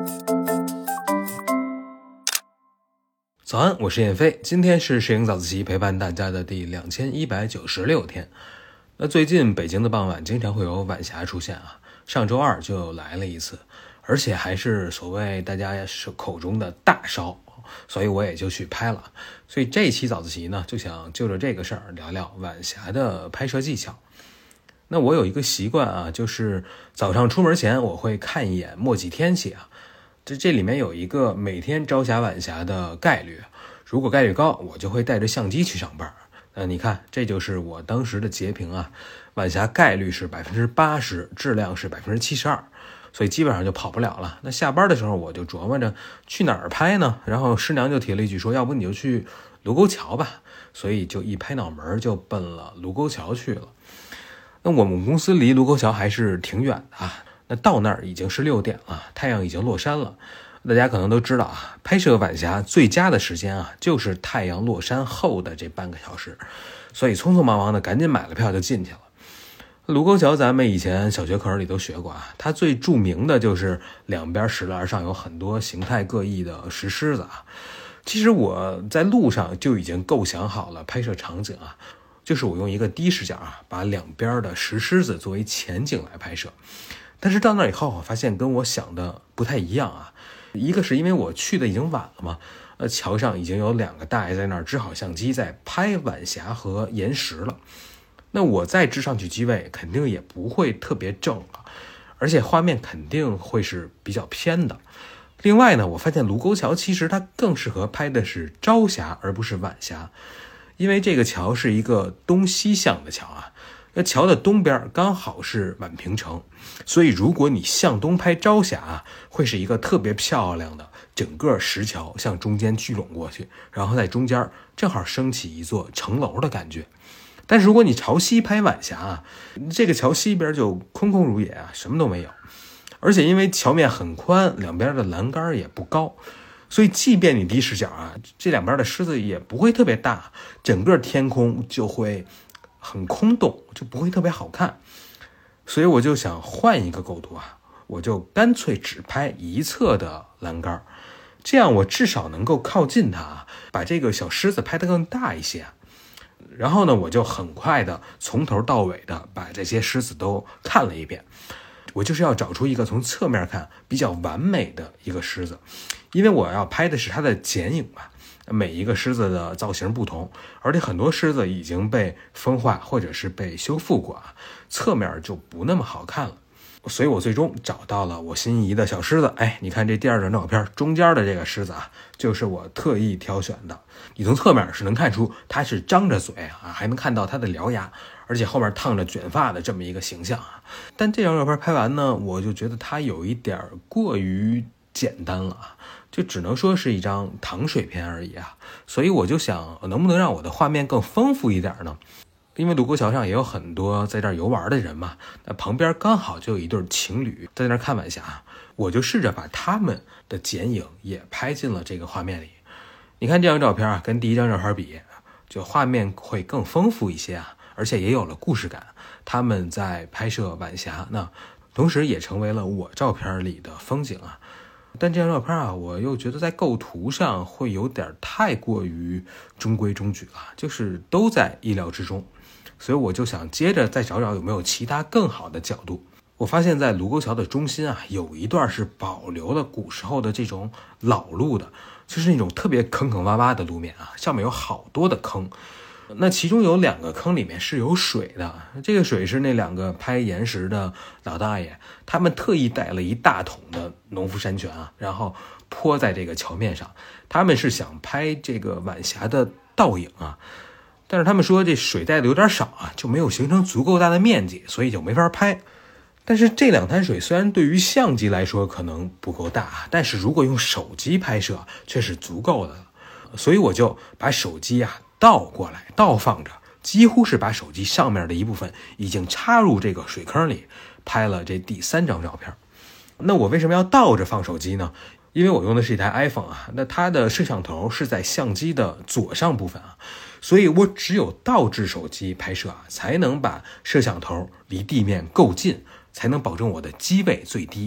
早安，我是燕飞，今天是摄影早自习陪伴大家的第2196天。那最近北京的傍晚经常会有晚霞出现啊，上周二就来了一次，而且还是所谓大家口中的大烧，所以我也就去拍了。所以这一期早自习呢，就想就着这个事儿聊聊晚霞的拍摄技巧。那我有一个习惯啊，就是早上出门前我会看一眼墨迹天气啊，这里面有一个每天朝霞晚霞的概率，如果概率高，我就会带着相机去上班。你看，这就是我当时的截屏啊，晚霞概率是 80%， 质量是 72%， 所以基本上就跑不了了。那下班的时候我就琢磨着去哪儿拍呢，然后师娘就提了一句说，要不你就去卢沟桥吧，所以就一拍脑门就奔了卢沟桥去了。那我们公司离卢沟桥还是挺远的啊，那到那儿已经是6点了，太阳已经落山了。大家可能都知道啊，拍摄晚霞最佳的时间啊，就是太阳落山后的这半个小时，所以匆匆忙忙的赶紧买了票就进去了。卢沟桥咱们以前小学课里都学过啊，它最著名的就是两边石栏上有很多形态各异的石狮子啊。其实我在路上就已经构想好了拍摄场景啊，就是我用一个低视角啊，把两边的石狮子作为前景来拍摄。但是到那以后我发现跟我想的不太一样啊。一个是因为我去的已经晚了嘛，桥上已经有2个大爷在那儿支好相机在拍晚霞和岩石了。那我再支上去机位肯定也不会特别正了，而且画面肯定会是比较偏的。另外呢，我发现卢沟桥其实它更适合拍的是朝霞而不是晚霞，因为这个桥是一个东西向的桥啊。那桥的东边刚好是宛平城，所以如果你向东拍朝霞啊，会是一个特别漂亮的整个石桥向中间聚拢过去，然后在中间正好升起一座城楼的感觉。但是如果你朝西拍晚霞啊，这个桥西边就空空如也啊，什么都没有。而且因为桥面很宽，两边的栏杆也不高，所以即便你低视角啊，这两边的狮子也不会特别大，整个天空就会很空洞，就不会特别好看。所以我就想换一个构图啊，我就干脆只拍一侧的栏杆，这样我至少能够靠近它，把这个小狮子拍得更大一些。然后呢，我就很快的从头到尾的把这些狮子都看了一遍。我就是要找出一个从侧面看比较完美的一个狮子，因为我要拍的是它的剪影嘛。每一个狮子的造型不同，而且很多狮子已经被风化或者是被修复过啊，侧面就不那么好看了。所以我最终找到了我心仪的小狮子。你看这第2张照片中间的这个狮子啊，就是我特意挑选的。你从侧面是能看出它是张着嘴啊，还能看到它的獠牙，而且后面烫着卷发的这么一个形象啊。但这张照片拍完呢，我就觉得它有一点过于简单了啊，就只能说是一张糖水片而已啊。所以我就想，能不能让我的画面更丰富一点呢？因为卢沟桥上也有很多在这儿游玩的人嘛，那旁边刚好就有一对情侣在那儿看晚霞，我就试着把他们的剪影也拍进了这个画面里。你看这张照片啊，跟第1张照片比，就画面会更丰富一些啊，而且也有了故事感。他们在拍摄晚霞，那同时也成为了我照片里的风景啊。但这张照片啊，我又觉得在构图上会有点太过于中规中矩了，就是都在意料之中。所以我就想接着再找找有没有其他更好的角度。我发现在卢沟桥的中心啊，有一段是保留了古时候的这种老路的，就是那种特别坑坑洼洼的路面啊，上面有好多的坑。那其中有2个坑里面是有水的，这个水是那2个拍岩石的老大爷，他们特意带了一大桶的农夫山泉啊，然后泼在这个桥面上。他们是想拍这个晚霞的倒影啊，但是他们说这水带的有点少啊，就没有形成足够大的面积，所以就没法拍。但是这2滩水虽然对于相机来说可能不够大，但是如果用手机拍摄却是足够的。所以我就把手机啊倒过来倒放着，几乎是把手机上面的一部分已经插入这个水坑里，拍了这第3张照片。那我为什么要倒着放手机呢？因为我用的是一台 iPhone 啊，那它的摄像头是在相机的左上部分啊，所以我只有倒置手机拍摄啊，才能把摄像头离地面够近，才能保证我的机位最低。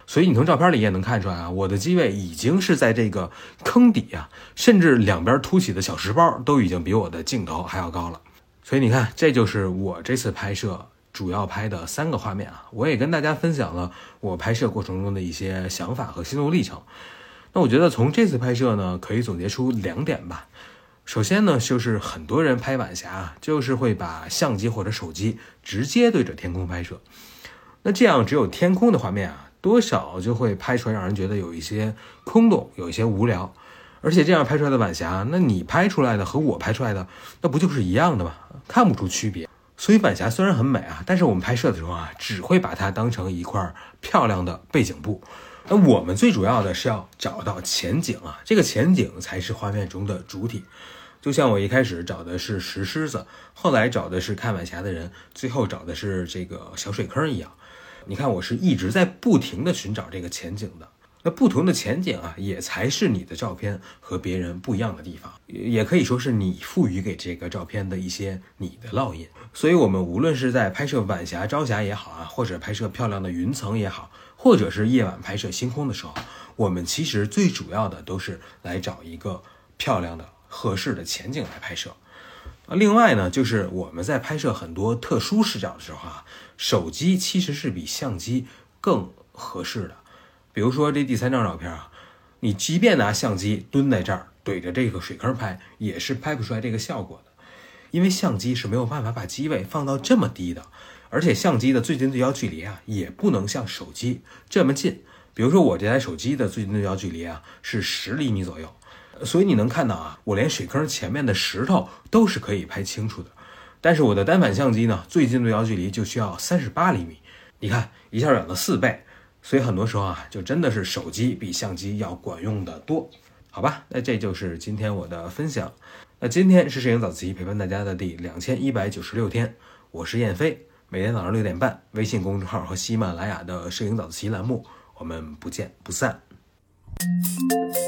所以你从照片里也能看出来啊，我的机位已经是在这个坑底啊，甚至两边凸起的小石包都已经比我的镜头还要高了。所以你看，这就是我这次拍摄主要拍的3个画面啊，我也跟大家分享了我拍摄过程中的一些想法和心路历程。那我觉得从这次拍摄呢，可以总结出2点吧。首先呢，就是很多人拍晚霞就是会把相机或者手机直接对着天空拍摄，那这样只有天空的画面啊，多少就会拍出来让人觉得有一些空洞，有一些无聊。而且这样拍出来的晚霞，那你拍出来的和我拍出来的那不就是一样的吗？看不出区别。所以晚霞虽然很美啊，但是我们拍摄的时候啊，只会把它当成一块漂亮的背景布。那我们最主要的是要找到前景啊，这个前景才是画面中的主体。就像我一开始找的是石狮子，后来找的是看晚霞的人，最后找的是这个小水坑一样。你看，我是一直在不停的寻找这个前景的。那不同的前景啊，也才是你的照片和别人不一样的地方，也可以说是你赋予给这个照片的一些你的烙印。所以我们无论是在拍摄晚霞、朝霞也好啊，或者拍摄漂亮的云层也好，或者是夜晚拍摄星空的时候，我们其实最主要的都是来找一个漂亮的合适的前景来拍摄。另外呢，就是我们在拍摄很多特殊视角的时候啊，手机其实是比相机更合适的。比如说这第3张照片啊，你即便拿相机蹲在这儿怼着这个水坑拍，也是拍不出来这个效果的。因为相机是没有办法把机位放到这么低的，而且相机的最近对焦距离啊，也不能像手机这么近。比如说我这台手机的最近对焦距离啊是10厘米左右，所以你能看到啊，我连水坑前面的石头都是可以拍清楚的。但是我的单反相机呢，最近对焦距离就需要38厘米，你看一下远了4倍。所以很多时候啊，就真的是手机比相机要管用的多，好吧？那这就是今天我的分享。那今天是摄影早自习陪伴大家的第2196天，我是燕飞，每天早上6点半，微信公众号和喜马拉雅的摄影早自习栏目，我们不见不散。